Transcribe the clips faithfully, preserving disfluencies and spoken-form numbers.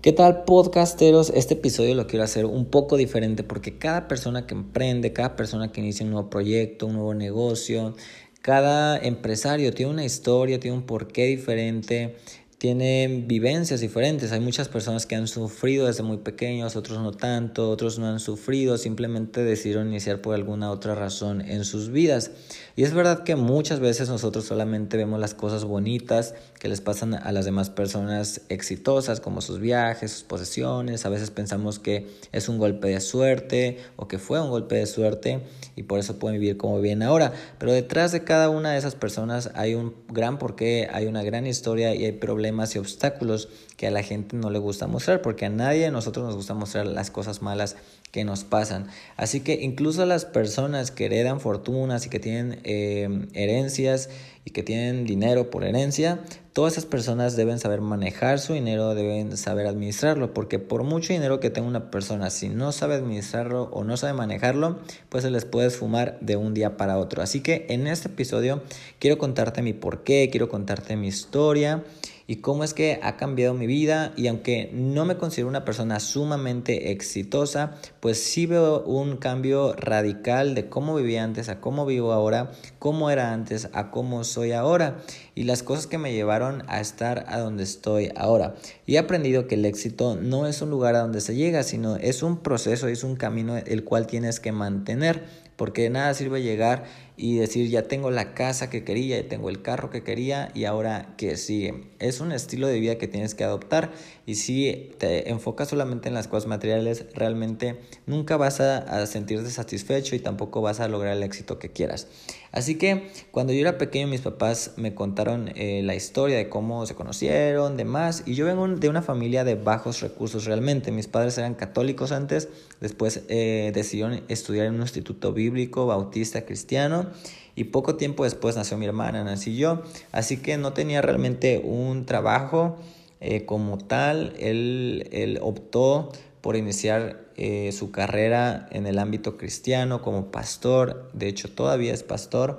¿Qué tal, podcasteros? Este episodio lo quiero hacer un poco diferente porque cada persona que emprende, cada persona que inicia un nuevo proyecto, un nuevo negocio, cada empresario tiene una historia, tiene un porqué diferente, tiene vivencias diferentes. Hay muchas personas que han sufrido desde muy pequeños, otros no tanto, otros no han sufrido, simplemente decidieron iniciar por alguna otra razón en sus vidas. Y es verdad que muchas veces nosotros solamente vemos las cosas bonitas que les pasan a las demás personas exitosas, como sus viajes, sus posesiones. A veces pensamos que es un golpe de suerte o que fue un golpe de suerte y por eso pueden vivir como viven ahora. Pero detrás de cada una de esas personas hay un gran porqué, hay una gran historia y hay problemas y obstáculos que a la gente no le gusta mostrar, porque a nadie de nosotros nos gusta mostrar las cosas malas que nos pasan. Así que incluso las personas que heredan fortunas y que tienen eh, herencias y que tienen dinero por herencia, todas esas personas deben saber manejar su dinero, deben saber administrarlo, porque por mucho dinero que tenga una persona, si no sabe administrarlo o no sabe manejarlo, pues se les puede esfumar de un día para otro. Así que en este episodio quiero contarte mi porqué, quiero contarte mi historia y cómo es que ha cambiado mi vida. Y aunque no me considero una persona sumamente exitosa, pues sí veo un cambio radical de cómo vivía antes a cómo vivo ahora, cómo era antes a cómo soy ahora y las cosas que me llevaron a estar a donde estoy ahora. Y he aprendido que el éxito no es un lugar a donde se llega, sino es un proceso, es un camino el cual tienes que mantener. Porque de nada sirve llegar y decir ya tengo la casa que quería, ya tengo el carro que quería y ahora ¿qué sigue? Es un estilo de vida que tienes que adoptar y si te enfocas solamente en las cosas materiales, realmente nunca vas a, a sentirte satisfecho y tampoco vas a lograr el éxito que quieras. Así que cuando yo era pequeño mis papás me contaron eh, la historia de cómo se conocieron, demás, y yo vengo de una familia de bajos recursos realmente. Mis padres eran católicos antes, después eh, decidieron estudiar en un instituto bíblico, bautista, cristiano, y poco tiempo después nació mi hermana, nací yo, así que no tenía realmente un trabajo eh, como tal. Él, él optó por iniciar eh, su carrera en el ámbito cristiano como pastor, de hecho todavía es pastor.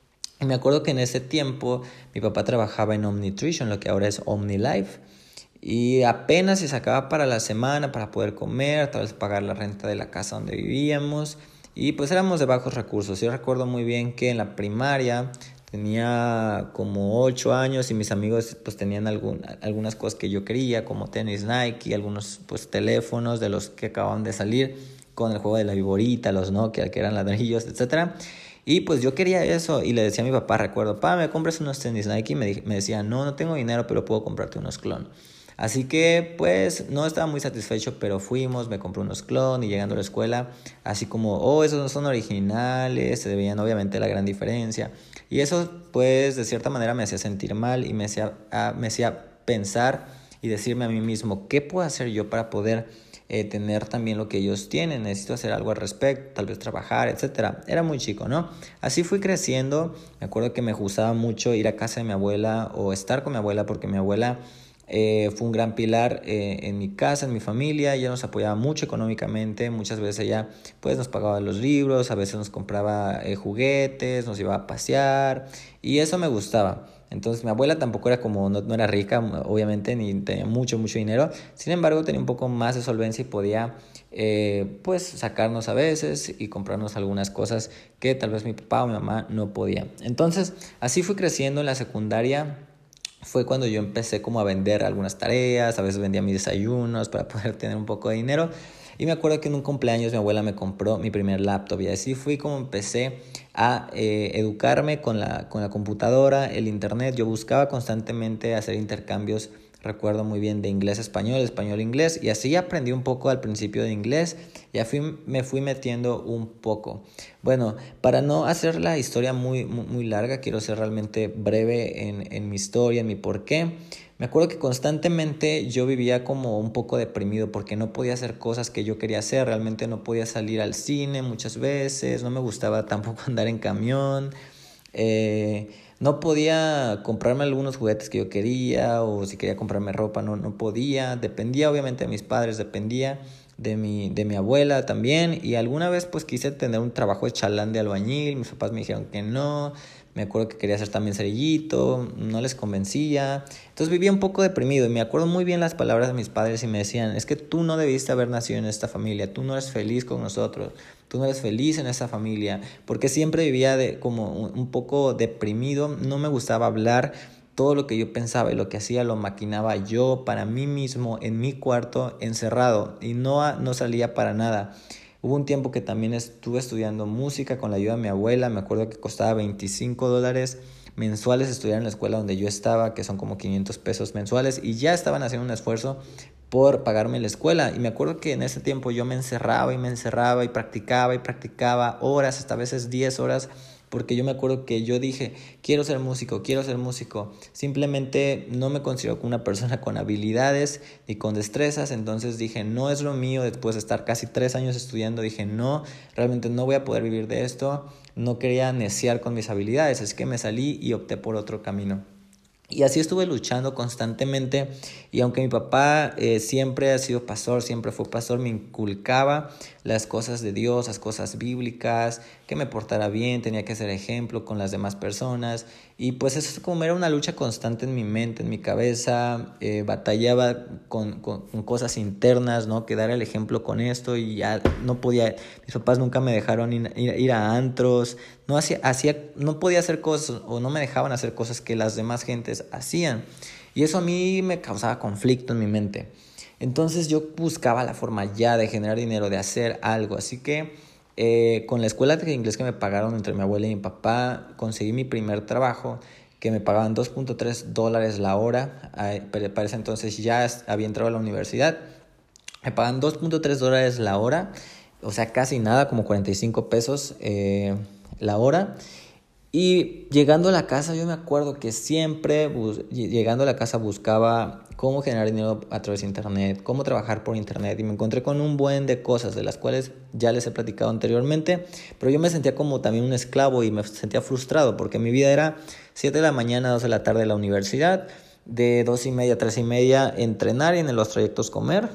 Y me acuerdo que en ese tiempo mi papá trabajaba en Omnitrition, lo que ahora es OmniLife, y apenas se sacaba para la semana para poder comer, tal vez pagar la renta de la casa donde vivíamos, y pues éramos de bajos recursos. Yo recuerdo muy bien que en la primaria tenía como ocho años y mis amigos pues tenían algún, algunas cosas que yo quería, como tenis Nike, algunos pues teléfonos de los que acababan de salir con el juego de la viborita, los Nokia que eran ladrillos, etcétera. Y pues yo quería eso y le decía a mi papá, recuerdo, papá, ¿me compras unos tenis Nike? Y me, me decía, no, no tengo dinero, pero puedo comprarte unos clon. Así que pues no estaba muy satisfecho, pero fuimos, me compré unos clon y llegando a la escuela, así como, oh, esos no son originales, se veían obviamente la gran diferencia. Y eso pues de cierta manera me hacía sentir mal y me hacía, ah, me hacía pensar y decirme a mí mismo, ¿qué puedo hacer yo para poder eh, tener también lo que ellos tienen? Necesito hacer algo al respecto, tal vez trabajar, etcétera. Era muy chico, ¿no? Así fui creciendo. Me acuerdo que me gustaba mucho ir a casa de mi abuela o estar con mi abuela porque mi abuela Eh, fue un gran pilar eh, en mi casa, en mi familia. Ella nos apoyaba mucho económicamente. Muchas veces ella pues nos pagaba los libros, a veces nos compraba eh, juguetes, nos llevaba a pasear y eso me gustaba. Entonces mi abuela tampoco era como, no, no era rica obviamente, ni tenía mucho, mucho dinero. Sin embargo tenía un poco más de solvencia y podía eh, pues sacarnos a veces y comprarnos algunas cosas que tal vez mi papá o mi mamá no podían. Entonces así fui creciendo. En la secundaria fue cuando yo empecé como a vender algunas tareas, a veces vendía mis desayunos para poder tener un poco de dinero. Y me acuerdo que en un cumpleaños mi abuela me compró mi primer laptop y así fui como empecé a eh, educarme con la, con la computadora, el internet. Yo buscaba constantemente hacer intercambios, recuerdo muy bien, de inglés a español, español a inglés, y así aprendí un poco al principio de inglés. Ya fui, me fui metiendo un poco. Bueno, para no hacer la historia muy, muy, muy larga, quiero ser realmente breve en, en mi historia, en mi porqué. Me acuerdo que constantemente yo vivía como un poco deprimido porque no podía hacer cosas que yo quería hacer. Realmente no podía salir al cine muchas veces, no me gustaba tampoco andar en camión. Eh, no podía comprarme algunos juguetes que yo quería, o si quería comprarme ropa no, no podía. Dependía obviamente de mis padres, dependía de mi, de mi abuela también. Y alguna vez pues quise tener un trabajo de chalán de albañil, mis papás me dijeron que no. Me acuerdo que quería ser también cerillito, no les convencía. Entonces vivía un poco deprimido y me acuerdo muy bien las palabras de mis padres y me decían, es que tú no debiste haber nacido en esta familia, tú no eres feliz con nosotros, tú no eres feliz en esta familia, porque siempre vivía de, como un, un poco deprimido, no me gustaba hablar, todo lo que yo pensaba y lo que hacía lo maquinaba yo para mí mismo en mi cuarto encerrado y no, no salía para nada. Hubo un tiempo que también estuve estudiando música con la ayuda de mi abuela. Me acuerdo que costaba veinticinco dólares mensuales estudiar en la escuela donde yo estaba, que son como quinientos pesos mensuales, y ya estaban haciendo un esfuerzo por pagarme la escuela. Y me acuerdo que en ese tiempo yo me encerraba y me encerraba y practicaba y practicaba horas, hasta a veces diez horas, porque yo me acuerdo que yo dije, quiero ser músico, quiero ser músico. Simplemente no me considero como una persona con habilidades y con destrezas, entonces dije, no es lo mío. Después de estar casi tres años estudiando, dije, no, realmente no voy a poder vivir de esto. No quería neciar con mis habilidades, así que me salí y opté por otro camino. Y así estuve luchando constantemente, y aunque mi papá eh, siempre ha sido pastor, siempre fue pastor, me inculcaba las cosas de Dios, las cosas bíblicas, que me portara bien, tenía que ser ejemplo con las demás personas, y pues eso como era una lucha constante en mi mente, en mi cabeza, eh, batallaba con, con, con cosas internas, ¿no? Que dar el ejemplo con esto, y ya no podía, mis papás nunca me dejaron ir, ir, ir a antros, no hacía, hacía, no podía hacer cosas o no me dejaban hacer cosas que las demás gentes hacían, y eso a mí me causaba conflicto en mi mente. Entonces yo buscaba la forma ya de generar dinero, de hacer algo, así que eh, con la escuela de inglés que me pagaron entre mi abuela y mi papá, conseguí mi primer trabajo que me pagaban dos punto tres dólares la hora. Pero para ese entonces ya había entrado a la universidad, me pagan dos punto tres dólares la hora, o sea casi nada, como cuarenta y cinco pesos eh, la hora. Y llegando a la casa, yo me acuerdo que siempre bus- llegando a la casa buscaba cómo generar dinero a través de internet, cómo trabajar por internet, y me encontré con un buen de cosas de las cuales ya les he platicado anteriormente, pero yo me sentía como también un esclavo y me sentía frustrado porque mi vida era siete de la mañana a dos de la tarde en la universidad, de dos y media a tres y media entrenar y en los trayectos comer,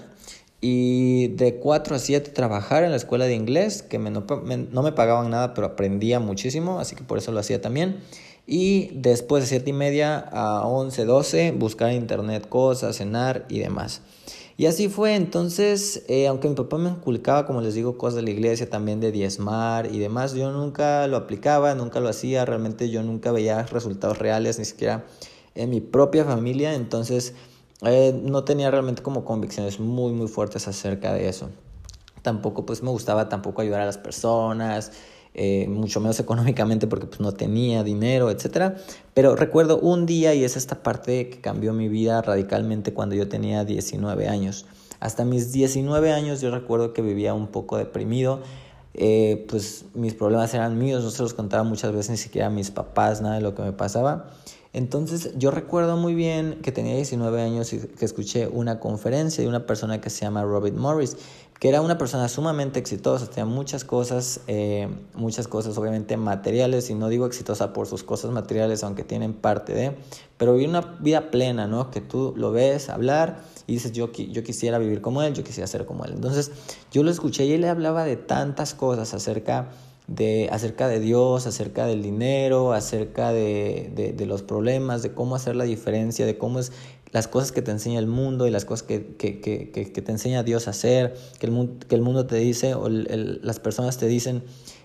y de cuatro a siete trabajar en la escuela de inglés, que me, no, me, no me pagaban nada, pero aprendía muchísimo, así que por eso lo hacía también. Y después de siete y media a once, doce, buscar en internet cosas, cenar y demás. Y así fue. Entonces, eh, aunque mi papá me inculcaba, como les digo, cosas de la iglesia, también de diezmar y demás, yo nunca lo aplicaba, nunca lo hacía. Realmente yo nunca veía resultados reales, ni siquiera en mi propia familia. Entonces Eh, no tenía realmente como convicciones muy muy fuertes acerca de eso. Tampoco pues me gustaba tampoco ayudar a las personas, eh, mucho menos económicamente porque pues no tenía dinero, etcétera. Pero recuerdo un día, y es esta parte que cambió mi vida radicalmente, cuando yo tenía diecinueve años. Hasta mis diecinueve años yo recuerdo que vivía un poco deprimido. Eh, pues mis problemas eran míos, no se los contaba muchas veces ni siquiera a mis papás, nada de lo que me pasaba. Entonces yo recuerdo muy bien que tenía diecinueve años y que escuché una conferencia de una persona que se llama Robert Morris, que era una persona sumamente exitosa, tenía muchas cosas, eh, muchas cosas obviamente materiales, y no digo exitosa por sus cosas materiales, aunque tienen parte de, pero vivía una vida plena, ¿no? Que tú lo ves hablar y dices, yo, yo quisiera vivir como él, yo quisiera ser como él. Entonces yo lo escuché y él le hablaba de tantas cosas acerca de, acerca de Dios, acerca del dinero, acerca de, de, de los problemas, de cómo hacer la diferencia, de cómo es las cosas que te enseña el mundo y las cosas que, que, que, que, que te enseña Dios a hacer, que el mundo, que el mundo te dice, o el, el, las personas te dicen,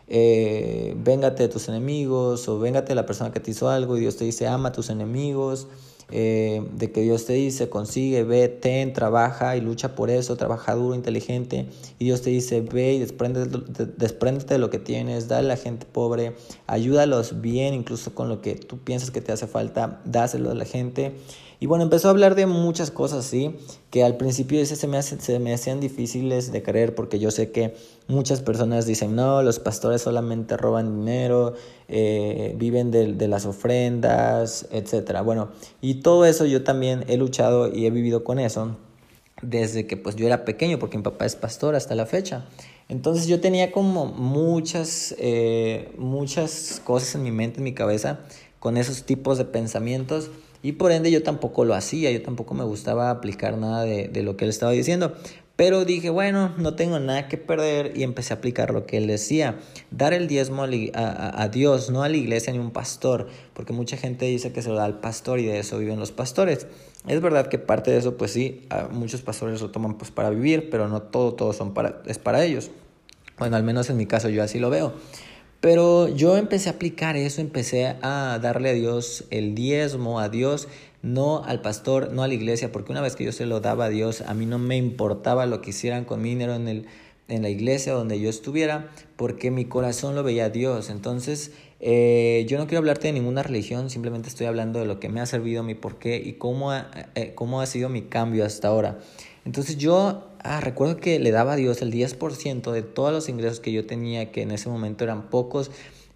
eh, véngate de tus enemigos, o véngate de la persona que te hizo algo, y Dios te dice, ama a tus enemigos. Eh, de que Dios te dice, consigue, ve, ten, trabaja y lucha por eso, trabaja duro, inteligente, y Dios te dice, ve y despréndete, despréndete de lo que tienes, dale a la gente pobre, ayúdalos bien, incluso con lo que tú piensas que te hace falta, dáselo a la gente. Y bueno, empezó a hablar de muchas cosas así, que al principio se me, hace, se me hacían difíciles de creer, porque yo sé que muchas personas dicen, no, los pastores solamente roban dinero, eh, viven de, de las ofrendas, etcétera. Bueno, y todo eso yo también he luchado y he vivido con eso desde que pues yo era pequeño, porque mi papá es pastor hasta la fecha. Entonces yo tenía como muchas, eh, muchas cosas en mi mente, en mi cabeza, con esos tipos de pensamientos, y por ende yo tampoco lo hacía, yo tampoco me gustaba aplicar nada de, de lo que él estaba diciendo. Pero dije, bueno, no tengo nada que perder y empecé a aplicar lo que él decía. Dar el diezmo a, a, a Dios, no a la iglesia ni a un pastor, porque mucha gente dice que se lo da al pastor y de eso viven los pastores. Es verdad que parte de eso, pues sí, muchos pastores lo toman pues para vivir, pero no todo, todo son para, es para ellos. Bueno, al menos en mi caso yo así lo veo. Pero yo empecé a aplicar eso, empecé a darle a Dios el diezmo, a Dios, no al pastor, no a la iglesia, porque una vez que yo se lo daba a Dios, a mí no me importaba lo que hicieran con mi dinero en, el, en la iglesia donde yo estuviera, porque mi corazón lo veía a Dios. Entonces, eh, yo no quiero hablarte de ninguna religión, simplemente estoy hablando de lo que me ha servido, mi porqué y cómo ha, eh, cómo ha sido mi cambio hasta ahora. Entonces yo ah, recuerdo que le daba a Dios el diez por ciento de todos los ingresos que yo tenía, que en ese momento eran pocos.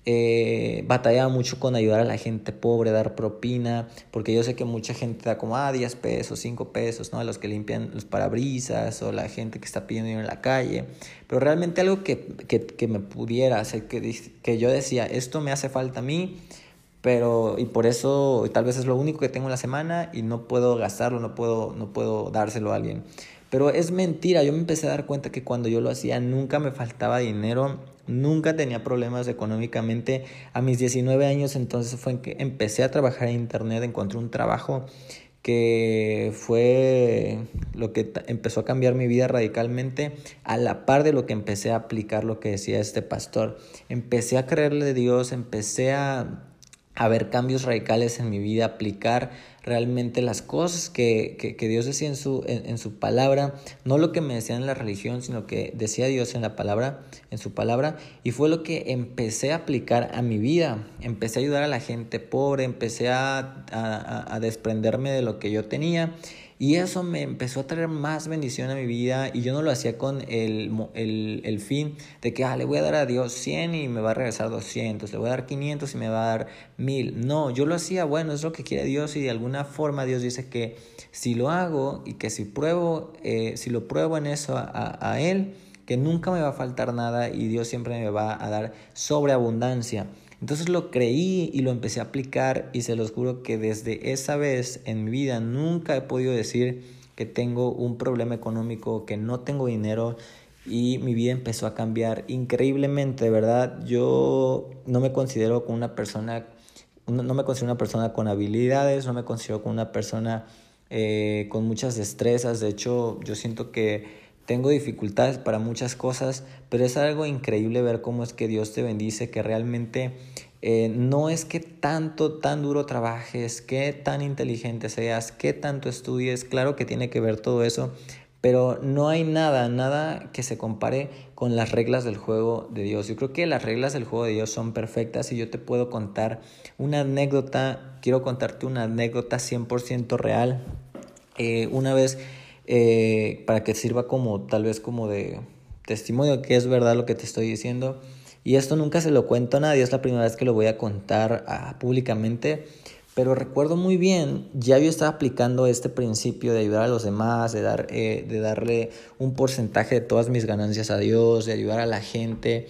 Eh, batallaba mucho con ayudar a la gente pobre, dar propina, porque yo sé que mucha gente da como ah, diez pesos, cinco pesos, ¿no? A los que limpian los parabrisas o la gente que está pidiendo dinero en la calle. Pero realmente algo que, que, que me pudiera hacer, que, que yo decía, esto me hace falta a mí, pero y por eso tal vez es lo único que tengo en la semana y no puedo gastarlo, no puedo, no puedo dárselo a alguien. Pero es mentira, yo me empecé a dar cuenta que cuando yo lo hacía nunca me faltaba dinero, nunca tenía problemas económicamente. A mis diecinueve años entonces fue en que empecé a trabajar en internet, encontré un trabajo que fue lo que t- empezó a cambiar mi vida radicalmente, a la par de lo que empecé a aplicar lo que decía este pastor. Empecé a creerle a Dios, empecé a a ver cambios radicales en mi vida, aplicar realmente las cosas que, que, que Dios decía en su, en, en su palabra, no lo que me decía en la religión, sino que decía Dios en la palabra, en su palabra, y fue lo que empecé a aplicar a mi vida. Empecé a ayudar a la gente pobre, empecé a, a, a desprenderme de lo que yo tenía, y eso me empezó a traer más bendición a mi vida, y yo no lo hacía con el, el, el fin de que ah, le voy a dar a Dios cien y me va a regresar doscientos, le voy a dar quinientos y me va a dar mil. No, yo lo hacía, bueno, es lo que quiere Dios, y de alguna forma Dios dice que si lo hago y que si pruebo, eh, si lo pruebo en eso a, a, a Él, que nunca me va a faltar nada y Dios siempre me va a dar sobreabundancia. Entonces lo creí y lo empecé a aplicar, y se los juro que desde esa vez en mi vida nunca he podido decir que tengo un problema económico, que no tengo dinero, y mi vida empezó a cambiar increíblemente, de verdad. Yo no me considero como una persona, no me considero una persona con habilidades, no me considero como una persona eh, con muchas destrezas. De hecho, yo siento que tengo dificultades para muchas cosas, pero es algo increíble ver cómo es que Dios te bendice, que realmente eh, no es que tanto, tan duro trabajes, que tan inteligente seas, que tanto estudies. Claro que tiene que ver todo eso, pero no hay nada, nada que se compare con las reglas del juego de Dios. Yo creo que las reglas del juego de Dios son perfectas, y yo te puedo contar una anécdota, quiero contarte una anécdota cien por ciento real. Eh, una vez... Eh, para que sirva como tal vez como de testimonio que es verdad lo que te estoy diciendo, y esto nunca se lo cuento a nadie, es la primera vez que lo voy a contar uh, públicamente, pero recuerdo muy bien, ya yo estaba aplicando este principio de ayudar a los demás, de, dar, eh, de darle un porcentaje de todas mis ganancias a Dios, de ayudar a la gente,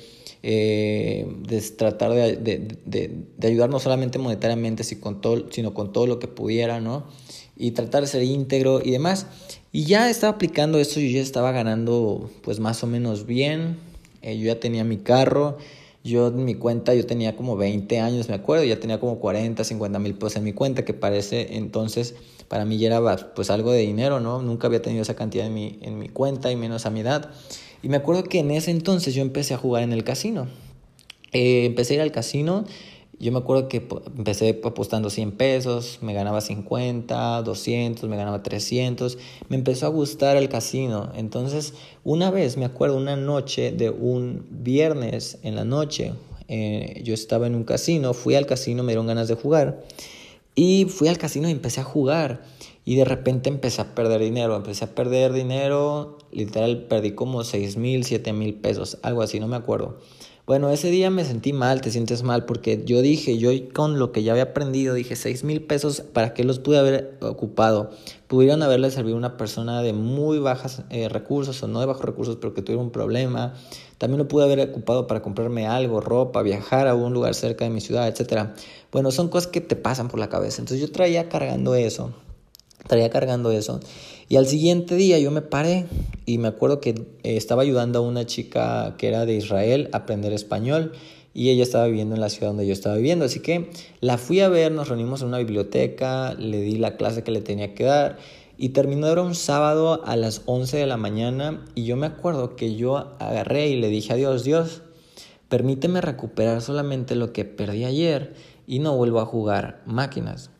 eh, de tratar de, de, de, de ayudar no solamente monetariamente, sino con todo, sino con todo lo que pudiera, ¿no? Y tratar de ser íntegro y demás. Y ya estaba aplicando esto, yo ya estaba ganando pues más o menos bien, eh, yo ya tenía mi carro, yo en mi cuenta yo tenía como veinte años, me acuerdo, ya tenía como cuarenta, cincuenta mil pesos en mi cuenta, que parece entonces para mí ya era pues algo de dinero, ¿no? Nunca había tenido esa cantidad en mi, en mi cuenta, y menos a mi edad. Y me acuerdo que en ese entonces yo empecé a jugar en el casino, eh, empecé a ir al casino. Yo me acuerdo que empecé apostando cien pesos, me ganaba cincuenta, doscientos, me ganaba trescientos. Me empezó a gustar el casino. Entonces, una vez, me acuerdo, una noche de un viernes en la noche, eh, yo estaba en un casino, fui al casino, me dieron ganas de jugar. Y fui al casino y empecé a jugar. Y de repente empecé a perder dinero. Empecé a perder dinero, literal, perdí como seis mil, siete mil pesos, algo así, no me acuerdo. Bueno, ese día me sentí mal, te sientes mal, porque yo dije, yo con lo que ya había aprendido, dije, seis mil pesos, ¿para qué los pude haber ocupado? Pudieron haberle servido a una persona de muy bajos eh, recursos, o no de bajos recursos, pero que tuviera un problema. También lo pude haber ocupado para comprarme algo, ropa, viajar a un lugar cerca de mi ciudad, etcétera. Bueno, son cosas que te pasan por la cabeza. Entonces yo traía cargando eso, traía cargando eso. Y al siguiente día yo me paré y me acuerdo que eh, estaba ayudando a una chica que era de Israel a aprender español y ella estaba viviendo en la ciudad donde yo estaba viviendo. Así que la fui a ver, nos reunimos en una biblioteca, le di la clase que le tenía que dar y terminó, era un sábado a las once de la mañana y yo me acuerdo que yo agarré y le dije a Dios, Dios, permíteme recuperar solamente lo que perdí ayer y no vuelvo a jugar máquinas.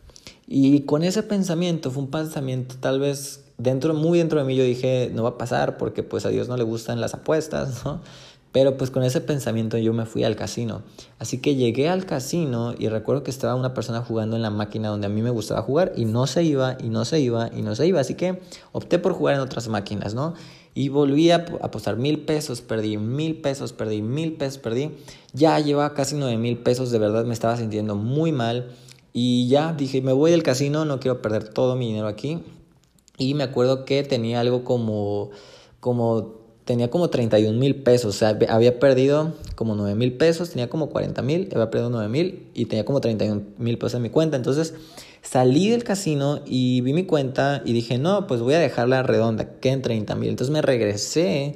Y con ese pensamiento, fue un pensamiento tal vez dentro, muy dentro de mí, yo dije, no va a pasar porque pues a Dios no le gustan las apuestas, ¿no? Pero pues con ese pensamiento yo me fui al casino. Así que llegué al casino y recuerdo que estaba una persona jugando en la máquina donde a mí me gustaba jugar y no se iba, y no se iba, y no se iba. Así que opté por jugar en otras máquinas, ¿no? Y volví a apostar mil pesos, perdí mil pesos, perdí mil pesos, perdí. Ya llevaba casi nueve mil pesos, de verdad me estaba sintiendo muy mal. Y ya dije, me voy del casino, no quiero perder todo mi dinero aquí. Y me acuerdo que tenía algo como, como, tenía como treinta y un mil pesos. O sea, había perdido como nueve mil pesos, tenía como cuarenta mil, había perdido nueve mil y tenía como treinta y un mil pesos en mi cuenta. Entonces salí del casino y vi mi cuenta y dije, no, pues voy a dejarla redonda, queden treinta mil. Entonces me regresé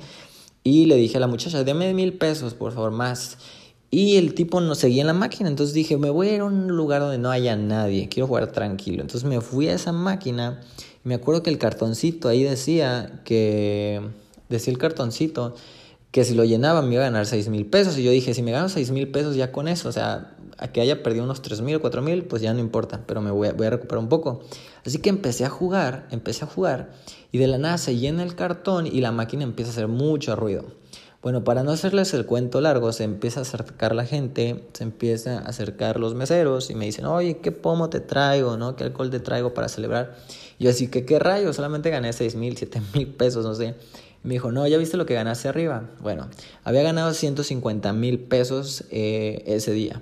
y le dije a la muchacha, deme mil pesos, por favor, más. Y el tipo no seguía en la máquina, entonces dije, me voy a ir a un lugar donde no haya nadie, quiero jugar tranquilo. Entonces me fui a esa máquina, y me acuerdo que el cartoncito ahí decía que, decía el cartoncito, que si lo llenaba me iba a ganar seis mil pesos. Y yo dije, si me gano seis mil pesos ya con eso, o sea, a que haya perdido unos tres mil o cuatro mil, pues ya no importa, pero me voy a, voy a recuperar un poco. Así que empecé a jugar, empecé a jugar, y de la nada se llena el cartón y la máquina empieza a hacer mucho ruido. Bueno, para no hacerles el cuento largo, se empieza a acercar la gente, se empieza a acercar los meseros y me dicen, oye, ¿qué pomo te traigo, no? ¿Qué alcohol te traigo para celebrar? Y yo así, que qué rayos, solamente gané seis mil, siete mil pesos, no sé. Y me dijo, no, ¿ya viste lo que ganaste arriba? Bueno, había ganado ciento cincuenta mil pesos eh, ese día.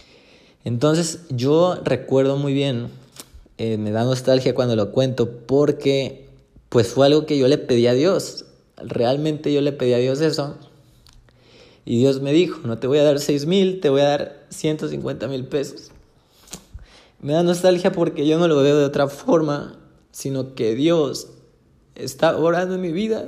Entonces, yo recuerdo muy bien, eh, me da nostalgia cuando lo cuento, porque pues fue algo que yo le pedí a Dios. Realmente yo le pedí a Dios eso. Y Dios me dijo, no te voy a dar seis mil, te voy a dar ciento cincuenta mil pesos. Me da nostalgia porque yo no lo veo de otra forma, sino que Dios está orando en mi vida.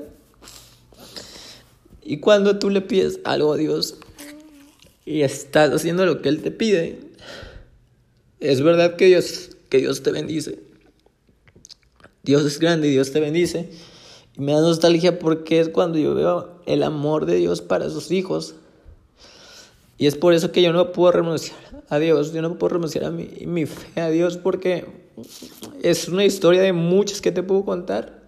Y cuando tú le pides algo a Dios y estás haciendo lo que Él te pide, es verdad que Dios, que Dios te bendice. Dios es grande y Dios te bendice. Y me da nostalgia porque es cuando yo veo el amor de Dios para sus hijos. Y es por eso que yo no puedo renunciar a Dios. Yo no puedo renunciar a mi, mi fe a Dios, porque es una historia de muchas que te puedo contar.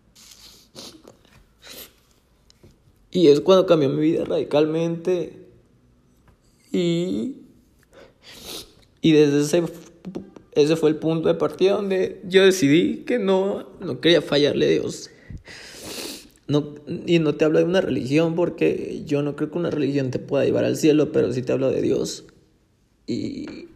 Y es cuando cambió mi vida radicalmente. Y, y desde ese, ese fue el punto de partida donde yo decidí que no, no quería fallarle a Dios. No, y no te hablo de una religión, porque yo no creo que una religión te pueda llevar al cielo, pero sí te hablo de Dios. Y,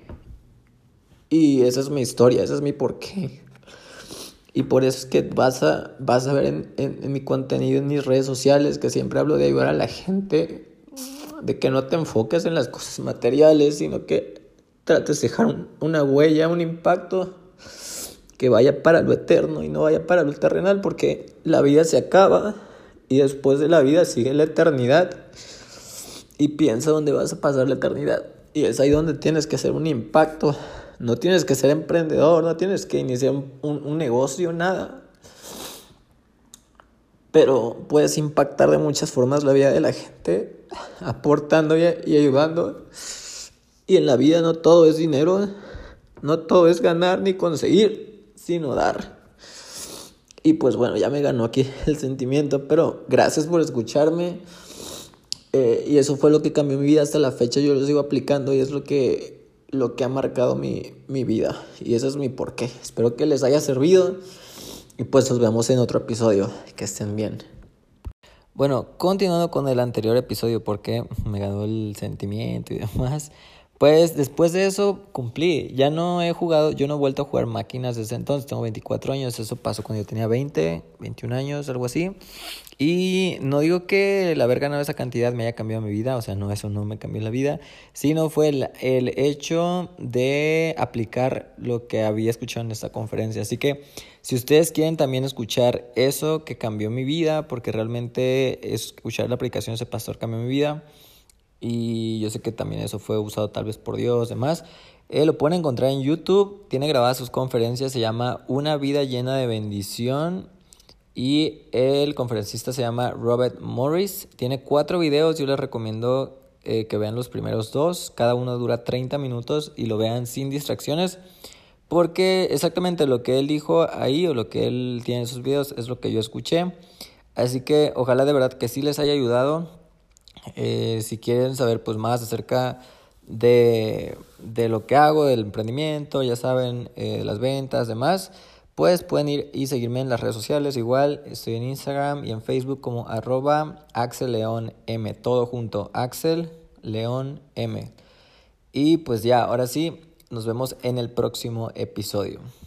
y esa es mi historia, ese es mi porqué. Y por eso es que vas a, vas a ver en, en, en mi contenido, en mis redes sociales, que siempre hablo de ayudar a la gente, de que no te enfoques en las cosas materiales, sino que trates de dejar un, una huella, un impacto que vaya para lo eterno y no vaya para lo terrenal, porque la vida se acaba y después de la vida sigue la eternidad. Y piensa dónde vas a pasar la eternidad, y es ahí donde tienes que hacer un impacto. No tienes que ser emprendedor, no tienes que iniciar un, un, un negocio, nada, pero puedes impactar de muchas formas la vida de la gente, aportando y, y ayudando. Y en la vida no todo es dinero, no todo es ganar ni conseguir, sino dar. Y pues bueno, ya me ganó aquí el sentimiento, pero gracias por escucharme. Eh, y eso fue lo que cambió mi vida hasta la fecha. Yo lo sigo aplicando y es lo que, lo que ha marcado mi, mi vida. Y ese es mi porqué. Espero que les haya servido. Y pues nos vemos en otro episodio. Que estén bien. Bueno, continuando con el anterior episodio, porque me ganó el sentimiento y demás. Pues después de eso cumplí, ya no he jugado, yo no he vuelto a jugar máquinas desde entonces, tengo veinticuatro años, eso pasó cuando yo tenía veinte, veintiún años, algo así. Y no digo que el haber ganado esa cantidad me haya cambiado mi vida, o sea, no, eso no me cambió la vida, sino fue el, el hecho de aplicar lo que había escuchado en esta conferencia. Así que si ustedes quieren también escuchar eso que cambió mi vida, porque realmente escuchar la aplicación de ese pastor cambió mi vida, y yo sé que también eso fue usado tal vez por Dios, demás. Eh, lo pueden encontrar en YouTube, tiene grabadas sus conferencias, se llama Una vida llena de bendición y el conferencista se llama Robert Morris. Tiene cuatro videos, yo les recomiendo eh, que vean los primeros dos, cada uno dura treinta minutos y lo vean sin distracciones, porque exactamente lo que él dijo ahí o lo que él tiene en sus videos es lo que yo escuché. Así que ojalá de verdad que sí les haya ayudado. Eh, si quieren saber pues más acerca de, de lo que hago, del emprendimiento, ya saben, eh, las ventas, demás, pues pueden ir y seguirme en las redes sociales. Igual estoy en Instagram y en Facebook como arroba Axel León M, todo junto, Axel León M. Y pues ya, ahora sí, nos vemos en el próximo episodio.